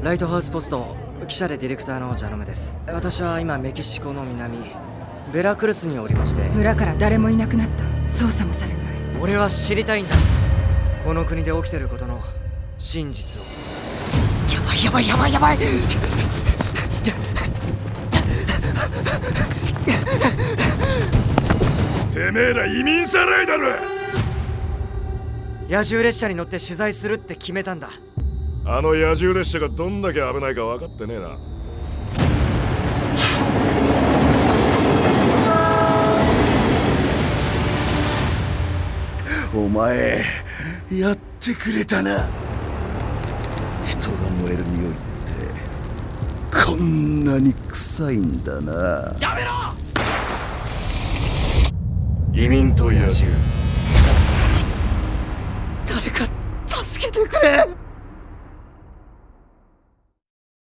ライトハウスポスト記者でディレクターのジャノメです。私は今メキシコの南ベラクルスにおりまして、 村から誰もいなくなった。捜査もされない。 俺は知りたいんだ、この国で起きてることの真実を。 やばいやばいやばいやばい。 てめえら移民さらいだろ。 野獣列車に乗って取材するって決めたんだ。 あの野獣列車がどんだけ危ないか分かってねえな。 お前やってくれたな。人が燃える匂いってこんなに臭いんだな。やめろ。 移民と野獣、 誰か助けてくれ。